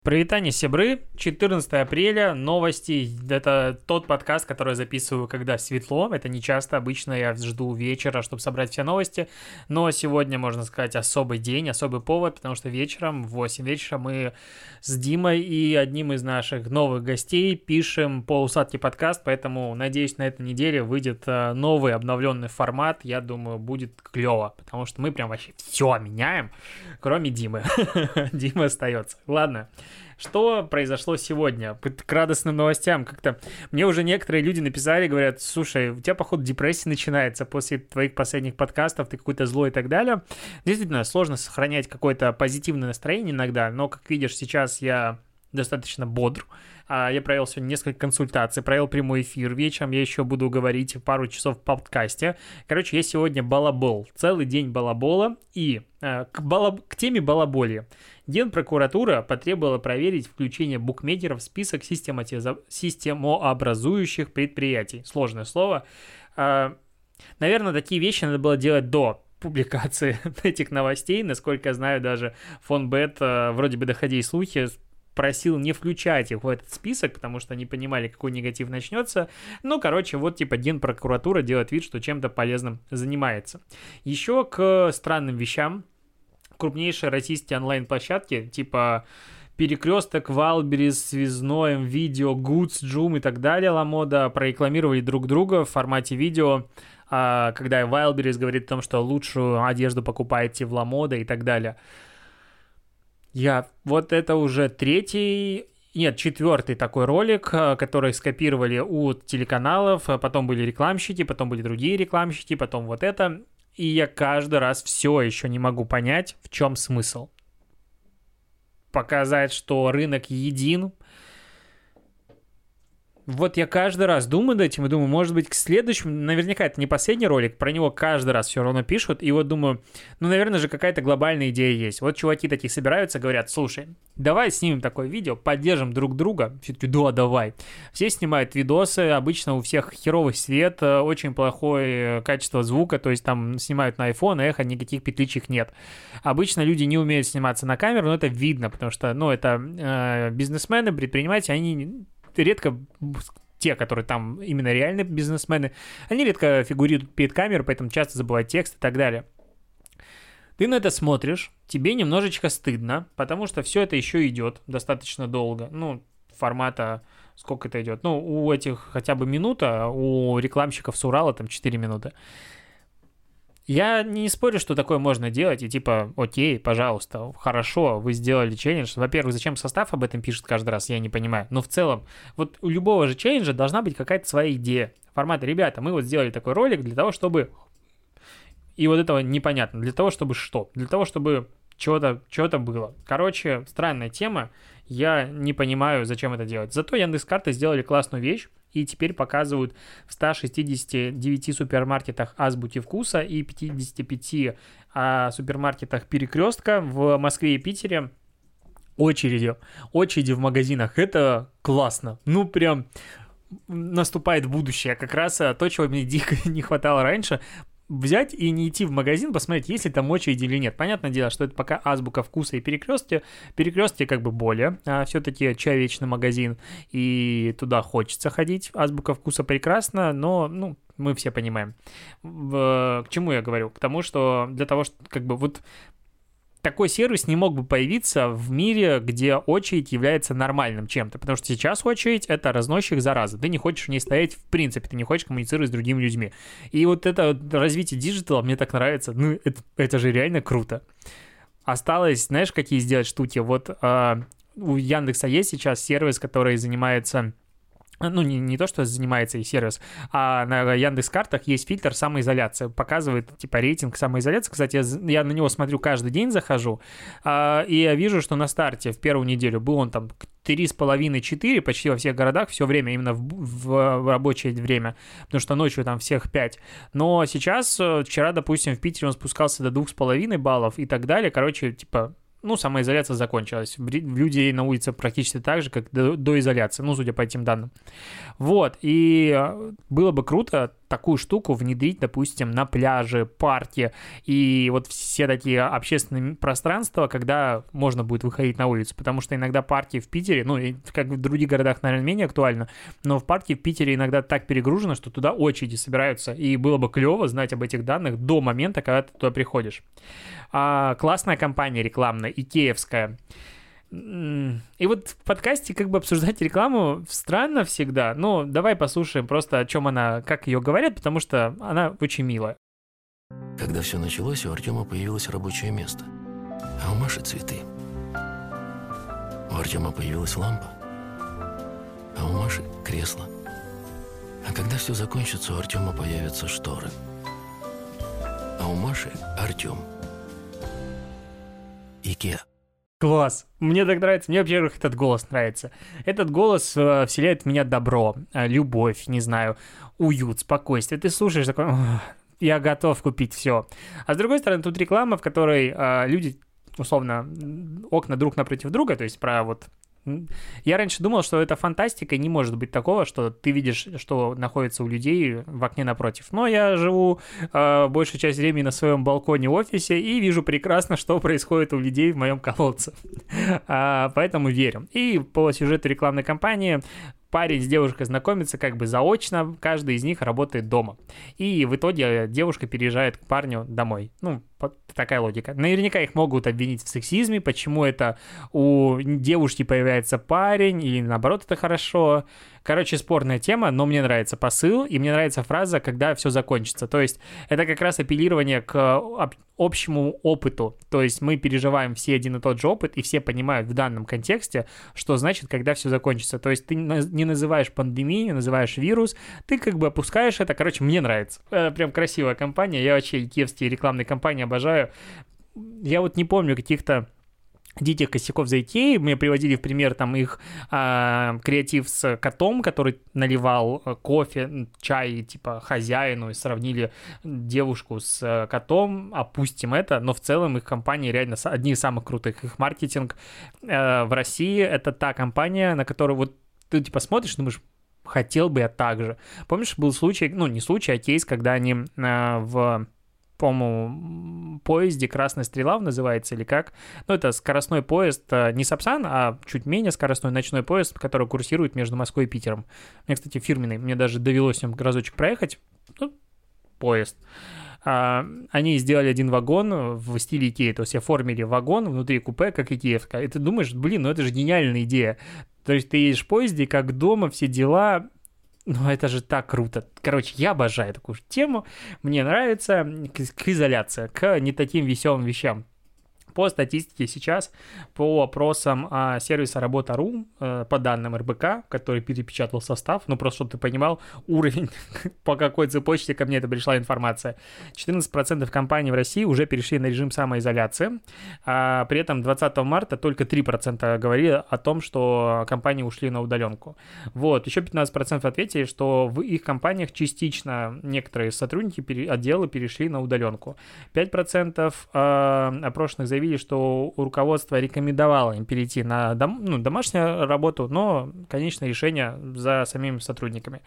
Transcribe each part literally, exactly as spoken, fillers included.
Привет, сябры, четырнадцатое апреля, новости, это тот подкаст, который я записываю, когда светло, это не часто, обычно я жду вечера, чтобы собрать все новости, но сегодня, можно сказать, особый день, особый повод, потому что вечером, в восемь вечера мы с Димой и одним из наших новых гостей пишем полусадки подкаст, поэтому, надеюсь, на этой неделе выйдет новый обновленный формат, я думаю, будет клево, потому что мы прям вообще все меняем, кроме Димы, Дима остается, ладно. Что произошло сегодня? К радостным новостям. Как-то мне уже некоторые люди написали, говорят, слушай, у тебя, походу, депрессия начинается после твоих последних подкастов, ты какой-то злой и так далее. Действительно, сложно сохранять какое-то позитивное настроение иногда, но, как видишь, сейчас я достаточно бодр. Я провел сегодня несколько консультаций, провел прямой эфир. Вечером я еще буду говорить пару часов в подкасте. Короче, я сегодня балабол. Целый день балабола. И э, к, балаб... к теме балаболия. Генпрокуратура потребовала проверить включение букмекеров в список систематиз... системообразующих предприятий. Сложное слово. Э, наверное, такие вещи надо было делать до публикации этих новостей. Насколько я знаю, даже Фонбет, э, вроде бы доходили слухи, просил не включать их в этот список, потому что они понимали, какой негатив начнется. Ну, короче, вот типа Генпрокуратура делает вид, что чем-то полезным занимается. Еще к странным вещам. Крупнейшие российские онлайн-площадки, типа Перекресток, Вайлдберрис, Связной, Видео, Гудс, Джум и так далее, Ламода, прорекламировали друг друга в формате видео, когда Вайлдберрис говорит о том, что лучшую одежду покупаете в Ламода и так далее. Я... Вот это уже третий... Нет, четвертый такой ролик, который скопировали у телеканалов, потом были рекламщики, потом были другие рекламщики, потом вот это. И я каждый раз все еще не могу понять, в чем смысл. Показать, что рынок един. Вот я каждый раз думаю над этим и думаю, может быть, к следующему, наверняка это не последний ролик, про него каждый раз все равно пишут, и вот думаю, ну, наверное же, какая-то глобальная идея есть. Вот чуваки такие собираются, говорят, слушай, давай снимем такое видео, поддержим друг друга, все таки да, давай. Все снимают видосы, обычно у всех херовый свет, очень плохое качество звука, то есть там снимают на iPhone, эхо, никаких петличек нет. Обычно люди не умеют сниматься на камеру, но это видно, потому что, ну, это э, бизнесмены, предприниматели, они... редко те, которые там именно реальные бизнесмены, они редко фигурируют перед камерой, поэтому часто забывают текст и так далее. Ты на это смотришь, тебе немножечко стыдно, потому что все это еще идет достаточно долго. Ну, формата, сколько это идет? Ну, у этих хотя бы минута, у рекламщиков с Урала там четыре минуты. Я не спорю, что такое можно делать, и типа, окей, пожалуйста, хорошо, вы сделали челлендж. Во-первых, зачем состав об этом пишет каждый раз, я не понимаю. Но в целом, вот у любого же челленджа должна быть какая-то своя идея. Формат, ребята, мы вот сделали такой ролик для того, чтобы... И вот этого непонятно. Для того, чтобы что? Для того, чтобы чего-то, чего-то было. Короче, странная тема. Я не понимаю, зачем это делать. Зато Яндекс.Карты сделали классную вещь. И теперь показывают в ста шестидесяти девяти супермаркетах Азбуки Вкуса и пятидесяти пяти а, супермаркетах Перекрестка в Москве и Питере очереди. Очереди в магазинах. Это классно. Ну, прям наступает будущее. Как раз то, чего мне дико не хватало раньше. Взять и не идти в магазин, посмотреть, есть ли там очередь или нет. Понятное дело, что это пока Азбука Вкуса и Перекрестки. Перекрестки как бы более, а все-таки человечный магазин, и туда хочется ходить. Азбука Вкуса прекрасно, но, ну, мы все понимаем. В... К чему я говорю? К тому, что для того, что как бы вот такой сервис не мог бы появиться в мире, где очередь является нормальным чем-то, потому что сейчас очередь — это разносчик заразы. Ты не хочешь в ней стоять в принципе, ты не хочешь коммуницировать с другими людьми. И вот это развитие диджитала мне так нравится. Ну, это, это же реально круто. Осталось, знаешь, какие сделать штуки? Вот э, у Яндекса есть сейчас сервис, который занимается... Ну, не, не то, что занимается и сервис, а на Яндекс.Картах есть фильтр самоизоляции. Показывает, типа, рейтинг самоизоляции. Кстати, я, я на него смотрю каждый день, захожу, а, и я вижу, что на старте в первую неделю был он там три с половиной - четыре почти во всех городах, все время, именно в, в, в рабочее время, потому что ночью там всех пять. Но сейчас, вчера, допустим, в Питере он спускался до двух с половиной баллов и так далее. Короче, типа... Ну, самоизоляция закончилась. Люди на улице практически так же, как до, до изоляции, ну, судя по этим данным. Вот, и было бы круто такую штуку внедрить, допустим, на пляже, парке и вот все такие общественные пространства, когда можно будет выходить на улицу, потому что иногда парки в Питере, ну, и как в других городах, наверное, менее актуально, но в парке в Питере иногда так перегружено, что туда очереди собираются, и было бы клево знать об этих данных до момента, когда ты туда приходишь. А, классная компания рекламная, икеевская. И вот в подкасте как бы обсуждать рекламу странно всегда, но давай послушаем просто, о чем она, как ее говорят, потому что она очень милая. Когда все началось, у Артема появилось рабочее место, а у Маши цветы. У Артема появилась лампа, а у Маши кресло. А когда все закончится, у Артема появятся шторы, а у Маши Артем. Икеа. Класс. Мне так нравится. Мне, во-первых, этот голос нравится. Этот голос э, вселяет в меня добро, э, любовь, не знаю, уют, спокойствие. Ты слушаешь такой, я готов купить все. А с другой стороны, тут реклама, в которой э, люди, условно, окна друг напротив друга, то есть про вот... Я раньше думал, что это фантастика, и не может быть такого, что ты видишь, что находится у людей в окне напротив. Но я живу э, большую часть времени на своем балконе в офисе и вижу прекрасно, что происходит у людей в моем колодце. а, поэтому верю. И по сюжету рекламной кампании парень с девушкой знакомится как бы заочно, каждый из них работает дома. И в итоге девушка переезжает к парню домой. Ну, такая логика. Наверняка их могут обвинить в сексизме, почему это у девушки появляется парень, или наоборот это хорошо. Короче, спорная тема, но мне нравится посыл, и мне нравится фраза, когда все закончится. То есть это как раз апеллирование к общему опыту. То есть мы переживаем все один и тот же опыт, и все понимают в данном контексте, что значит, когда все закончится. То есть ты не называешь пандемию, не называешь вирус, ты как бы опускаешь это. Короче, мне нравится. Это прям красивая компания. Я вообще икеевские рекламные кампании обожаю. Я вот не помню каких-то диких косяков за Икеей. Мне приводили в пример там их а, креатив с котом, который наливал кофе, чай типа хозяину, и сравнили девушку с котом. Опустим это, но в целом их компании реально одни из самых крутых. Их маркетинг э, в России — это та компания, на которую вот ты типа смотришь, думаешь, хотел бы я так же. Помнишь, был случай, ну не случай, а кейс, когда они э, в... по-моему, поезде «Красная стрела» называется, или как. Ну, это скоростной поезд, не Сапсан, а чуть менее скоростной ночной поезд, который курсирует между Москвой и Питером. Мне, кстати, фирменный. Мне даже довелось с ним разочек проехать. Ну, поезд. А, они сделали один вагон в стиле Икеи, то есть оформили вагон внутри купе, как икеевская. И ты думаешь, блин, ну это же гениальная идея. То есть ты едешь в поезде, как дома, все дела... Ну, это же так круто. Короче, я обожаю такую тему. Мне нравится к, к изоляции, к не таким веселым вещам. По статистике сейчас, по опросам а, сервиса Работа.ру, а, по данным эр бэ ка, который перепечатал состав, ну просто чтобы ты понимал уровень, по какой цепочке ко мне это пришла информация, четырнадцать процентов компаний в России уже перешли на режим самоизоляции, а при этом двадцатого марта только три процента говорили о том, что компании ушли на удаленку. Вот, еще пятнадцать процентов ответили, что в их компаниях частично некоторые сотрудники отдела перешли на удаленку. пять процентов а, опрошенных заявили, что руководство рекомендовало им перейти на дом, ну, домашнюю работу, но конечное решение за самими сотрудниками.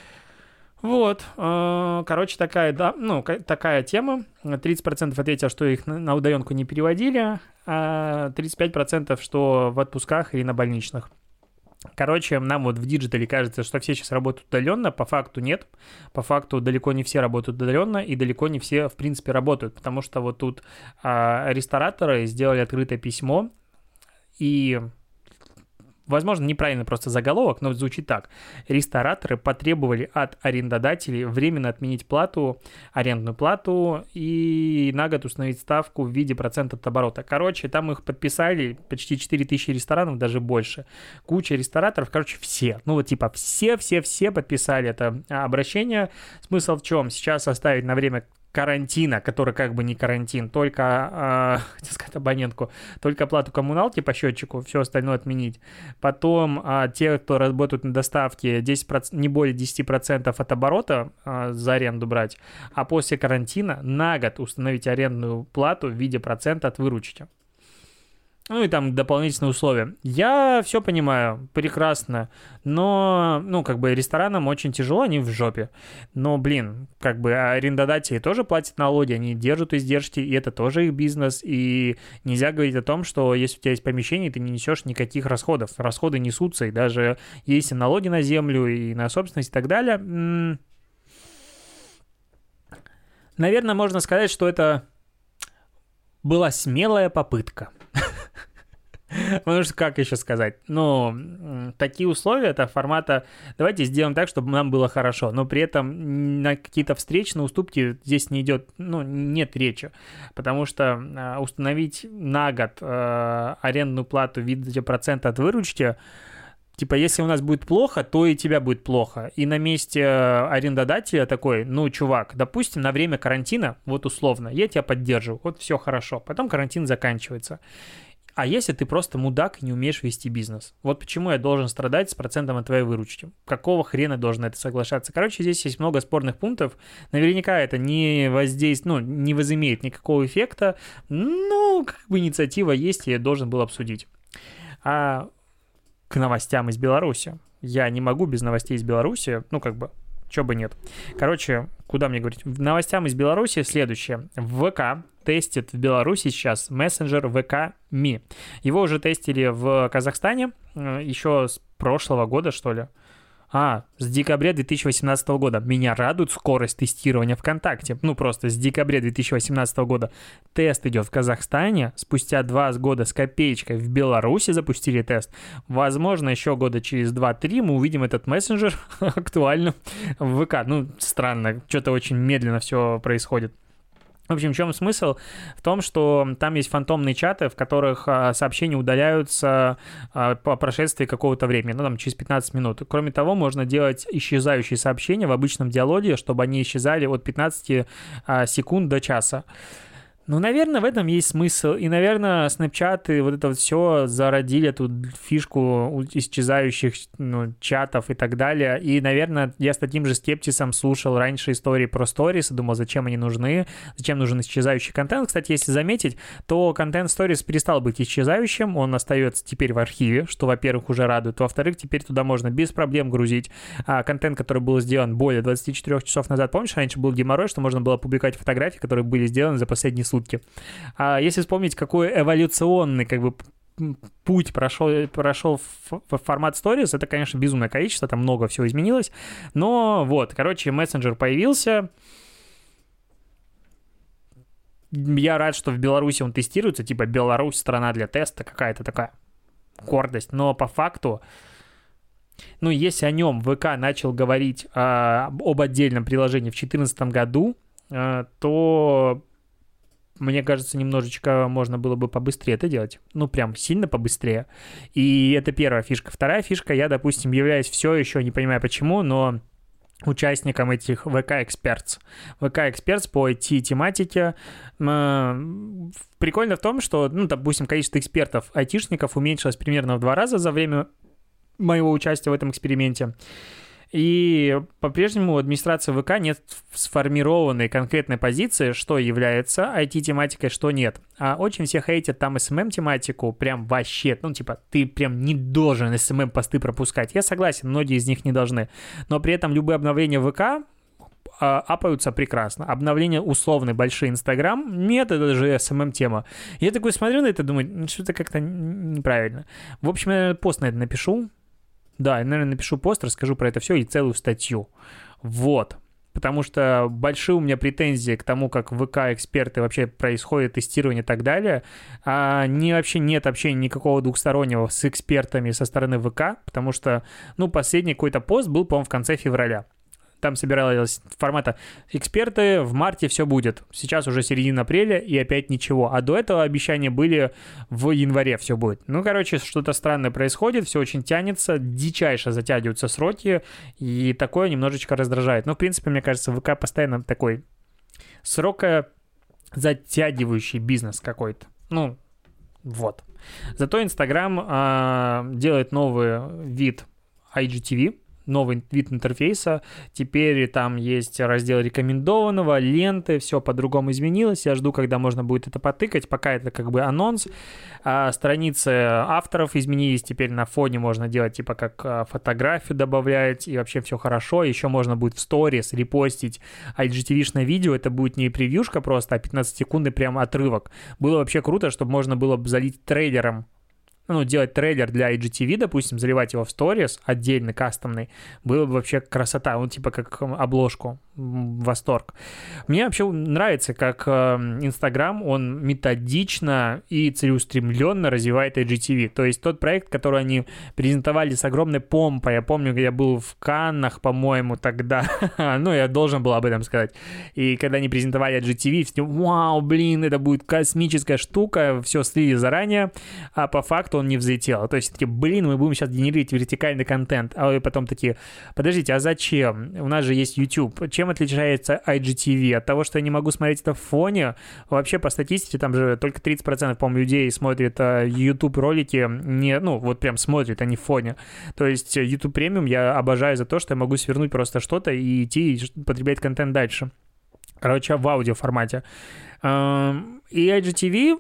Вот, короче, такая, да, ну, такая тема. тридцать процентов ответили, что их на удаленку не переводили, а тридцать пять процентов, что в отпусках или на больничных. Короче, нам вот в диджитале кажется, что все сейчас работают удаленно, по факту нет. По факту далеко не все работают удаленно, и далеко не все, в принципе, работают, потому что вот тут а, рестораторы сделали открытое письмо, и... Возможно, неправильно просто заголовок, но звучит так. Рестораторы потребовали от арендодателей временно отменить плату, арендную плату и на год установить ставку в виде процента от оборота. Короче, там их подписали почти четыре тысячи ресторанов, даже больше. Куча рестораторов, короче, все. Ну вот типа все-все-все подписали это обращение. Смысл в чем? Сейчас оставить на время карантина, который как бы не карантин, только, э, хотел сказать, абонентку, только оплату коммуналки по счетчику, все остальное отменить. Потом э, те, кто работают на доставке, десять процентов, не более десять процентов от оборота э, за аренду брать, а после карантина на год установить арендную плату в виде процента от выручки. Ну и там дополнительные условия. Я все понимаю, прекрасно, но, ну, как бы ресторанам очень тяжело, они в жопе. Но, блин, как бы арендодатели тоже платят налоги, они держат издержки, и это тоже их бизнес, и нельзя говорить о том, что если у тебя есть помещение, ты не несешь никаких расходов. Расходы несутся, и даже если налоги на землю и на собственность и так далее. М- Наверное, можно сказать, что это была смелая попытка. Потому что, как еще сказать, ну, такие условия, это формата, давайте сделаем так, чтобы нам было хорошо, но при этом на какие-то встречные уступки здесь не идет, ну, нет речи, потому что установить на год э, арендную плату в виде процента от выручки, типа, если у нас будет плохо, то и тебя будет плохо. И на месте арендодателя такой, ну, чувак, допустим, на время карантина, вот условно, я тебя поддерживаю, вот все хорошо, потом карантин заканчивается. А если ты просто мудак и не умеешь вести бизнес? Вот почему я должен страдать с процентом от твоей выручки? Какого хрена должен на это соглашаться? Короче, здесь есть много спорных пунктов. Наверняка это не воздействует, ну, не возымеет никакого эффекта. Ну, как бы инициатива есть, и я должен был обсудить. А к новостям из Беларуси. Я не могу без новостей из Беларуси, ну, как бы, чё бы нет. Короче, куда мне говорить? Новостям из Беларуси следующее. ВК тестит в Беларуси сейчас мессенджер ВК.Ми. Его уже тестили в Казахстане еще с прошлого года, что ли. А, с декабря две тысячи восемнадцатого года. Меня радует скорость тестирования ВКонтакте. Ну, просто с декабря две тысячи восемнадцатого года тест идет в Казахстане. Спустя два года с копеечкой в Беларуси запустили тест. Возможно, еще года через два-три мы увидим этот мессенджер актуально в ВК. Ну, странно, что-то очень медленно все происходит. В общем, в чем смысл? В том, что там есть фантомные чаты, в которых а, сообщения удаляются а, по прошествии какого-то времени, ну, там, через пятнадцать минут. Кроме того, можно делать исчезающие сообщения в обычном диалоге, чтобы они исчезали от пятнадцати а, секунд до часа. Ну, наверное, в этом есть смысл. И, наверное, Snapchat и вот это вот все зародили эту фишку исчезающих, ну, чатов и так далее. И, наверное, я с таким же скепсисом слушал раньше истории про сторис и думал, зачем они нужны, зачем нужен исчезающий контент. Кстати, если заметить, то контент сторис перестал быть исчезающим, он остается теперь в архиве, что, во-первых, уже радует. Во-вторых, теперь туда можно без проблем грузить а, контент, который был сделан более двадцати четырёх часов назад. Помнишь, раньше был геморрой, что можно было публиковать фотографии, которые были сделаны за последние сутки. А если вспомнить, какой эволюционный, как бы, путь прошел, прошел в формат Stories, это, конечно, безумное количество, там много всего изменилось, но вот, короче, мессенджер появился. Я рад, что в Беларуси он тестируется, типа Беларусь страна для теста, какая-то такая гордость, но по факту, ну, если о нем ВК начал говорить а, об отдельном приложении в две тысячи четырнадцатом году, а, то... Мне кажется, немножечко можно было бы побыстрее это делать. Ну, прям сильно побыстрее. И это первая фишка. Вторая фишка, я, допустим, являюсь все еще, не понимаю почему, но участником этих ви кей Experts. ви кей Experts по ай ти-тематике. Прикольно в том, что, ну, допустим, количество экспертов, айтишников уменьшилось примерно в два раза за время моего участия в этом эксперименте. И по-прежнему у администрации ВК нет сформированной конкретной позиции, что является ай ти-тематикой, что нет. А очень все хейтят там эс эм эм-тематику, прям вообще, ну, типа, ты прям не должен эс эм эм-посты пропускать. Я согласен, многие из них не должны. Но при этом любые обновления ВК апаются прекрасно. Обновления условные, большие Инстаграм, нет, это же эс эм эм-тема. Я такой смотрю на это, думаю, ну, что-то как-то неправильно. В общем, я пост на это напишу. Да, я, наверное, напишу пост, расскажу про это все и целую статью. Вот. Потому что большие у меня претензии к тому, как ВК-эксперты вообще происходит тестирование и так далее. А не, вообще нет общения никакого двухстороннего с экспертами со стороны ВК, потому что, ну, последний какой-то пост был, по-моему, в конце февраля. Там собиралось формата «Эксперты, в марте все будет». Сейчас уже середина апреля, и опять ничего. А до этого обещания были в январе все будет. Ну, короче, что-то странное происходит, все очень тянется, дичайше затягиваются сроки, и такое немножечко раздражает. Но, в принципе, мне кажется, ВК постоянно такой срокозатягивающий бизнес какой-то. Ну, вот. Зато Инстаграм а, делает новый вид ай джи ти ви. новый вид интерфейса. Теперь там есть раздел рекомендованного, ленты, все по-другому изменилось. Я жду, когда можно будет это потыкать. Пока это как бы анонс. А страницы авторов изменились. Теперь на фоне можно делать типа как фотографию добавлять, и вообще все хорошо. Еще можно будет в сторис репостить ай джи ти ви-шное видео. Это будет не превьюшка просто, а пятнадцатисекундный прям отрывок. Было вообще круто, чтобы можно было бы залить трейлером, ну, делать трейлер для ай джи ти ви, допустим, заливать его в сторис, отдельно, кастомный, было бы вообще красота, ну, типа как обложку, восторг. Мне вообще нравится, как Инстаграм, он методично и целеустремленно развивает ай джи ти ви, то есть тот проект, который они презентовали с огромной помпой, я помню, я был в Каннах, по-моему, тогда, ну, я должен был об этом сказать, и когда они презентовали ай джи ти ви, все, вау, блин, это будет космическая штука, все слили заранее, а по факту он не взлетел. То есть такие, блин, мы будем сейчас генерировать вертикальный контент. А потом такие, подождите, а зачем? У нас же есть YouTube. Чем отличается ай джи ти ви? От того, что я не могу смотреть это в фоне? Вообще, по статистике, там же только тридцать процентов, по-моему, людей смотрят YouTube-ролики, не, ну, вот прям смотрят, а не в фоне. То есть YouTube Premium я обожаю за то, что я могу свернуть просто что-то и идти и потреблять контент дальше. Короче, в аудиоформате. И ай джи ти ви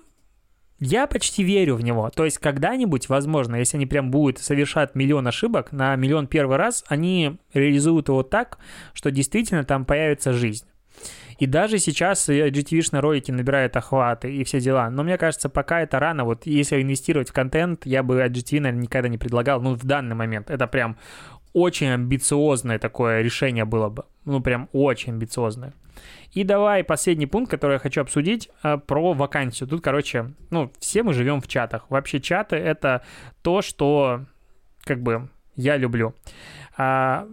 я почти верю в него. То есть когда-нибудь, возможно, если они прям будут совершать миллион ошибок, на миллион первый раз они реализуют его так, что действительно там появится жизнь. И даже сейчас ай джи ти ви-шные ролики набирают охваты и все дела. Но мне кажется, пока это рано. Вот если инвестировать в контент, я бы ай джи ти ви, наверное, никогда не предлагал. Ну, в данный момент. Это прям очень амбициозное такое решение было бы. Ну, прям очень амбициозное. И давай последний пункт, который я хочу обсудить, про вакансию. Тут, короче, ну, все мы живем в чатах. Вообще чаты — это то, что, как бы, я люблю. А,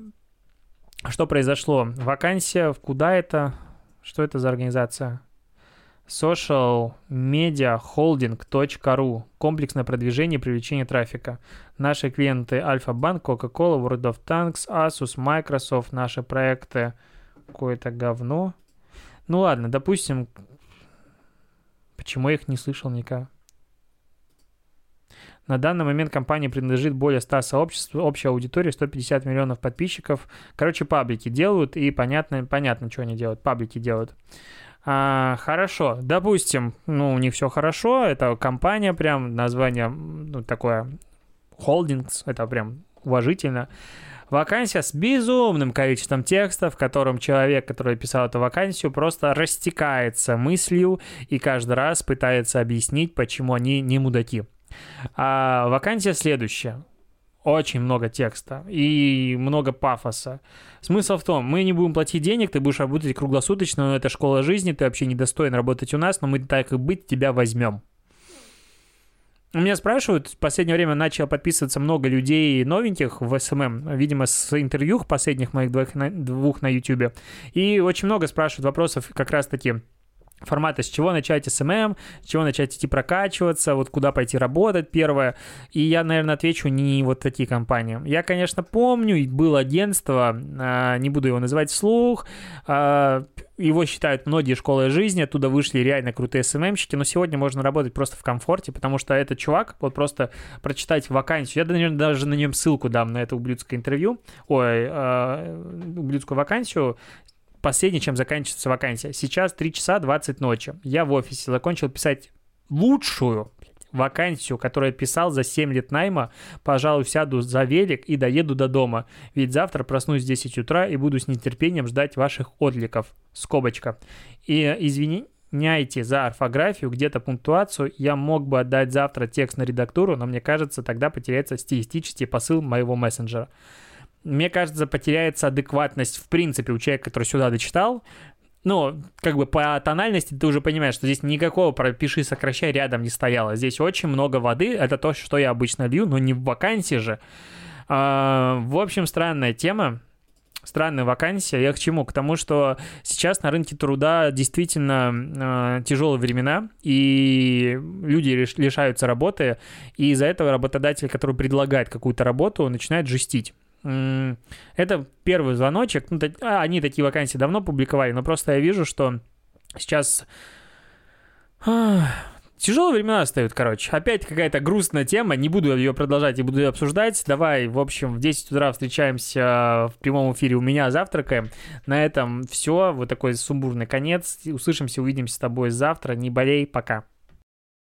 что произошло? Вакансия, куда это? Что это за организация? social media holding точка ру. Комплексное продвижение и привлечение трафика. Наши клиенты Альфа-Банк, Coca-Cola, World of Tanks, Asus, Microsoft. Наши проекты какое-то говно. Ну ладно, допустим, почему я их не слышал никак? На данный момент компании принадлежит более ста сообществ, общая аудитория сто пятьдесят миллионов подписчиков. Короче, паблики делают, и понятно, понятно, что они делают. Паблики делают. А, хорошо, допустим, ну, у них все хорошо, это компания прям, название, ну, такое, холдингс, это прям уважительно. Вакансия с безумным количеством текста, в котором человек, который писал эту вакансию, просто растекается мыслью и каждый раз пытается объяснить, почему они не мудаки. А вакансия следующая. Очень много текста и много пафоса. Смысл в том, мы не будем платить денег, ты будешь работать круглосуточно, но это школа жизни, ты вообще недостоин работать у нас, но мы так и быть тебя возьмем. Меня спрашивают, в последнее время начало подписываться много людей новеньких в эс эм эм, видимо, с интервью последних моих двух на, двух на YouTube. И очень много спрашивают вопросов как раз-таки формата, с чего начать эс эм эм, с чего начать идти прокачиваться, вот куда пойти работать первое. И я, наверное, отвечу не вот такие компании. Я, конечно, помню, было агентство, не буду его называть вслух, его считают многие школы жизни, оттуда вышли реально крутые эс эм эм-щики, но сегодня можно работать просто в комфорте, потому что этот чувак, вот просто прочитать вакансию, я, наверное, даже на нем ссылку дам на это ублюдское интервью, ой, ублюдскую вакансию, последнее, чем заканчивается вакансия. Сейчас три часа двадцать ночи. Я в офисе закончил писать лучшую вакансию, которую я писал за семь лет найма. Пожалуй, сяду за велик и доеду до дома. Ведь завтра проснусь в десять утра и буду с нетерпением ждать ваших откликов. Скобочка. И извиняйте за орфографию, где-то пунктуацию. Я мог бы отдать завтра текст на редактуру, но мне кажется, тогда потеряется стилистический посыл моего мессенджера. Мне кажется, потеряется адекватность в принципе у человека, который сюда дочитал. Ну, как бы по тональности ты уже понимаешь, что здесь никакого пропиши, сокращай рядом не стояло. Здесь очень много воды, это то, что я обычно лью, но не в вакансии же. А, в общем, странная тема, странная вакансия. Я к чему? К тому, что сейчас на рынке труда действительно э, тяжелые времена, и люди лишаются работы, и из-за этого работодатель, который предлагает какую-то работу, начинает жестить. Это первый звоночек. Ну, они такие вакансии давно публиковали, но просто я вижу, что сейчас Тяжелые времена настают, короче. Опять какая-то грустная тема. Не буду ее продолжать и буду ее обсуждать. Давай, в общем, в десять утра встречаемся в прямом эфире у меня, завтракаем. На этом все. Вот такой сумбурный конец. Услышимся, увидимся с тобой завтра. Не болей, пока.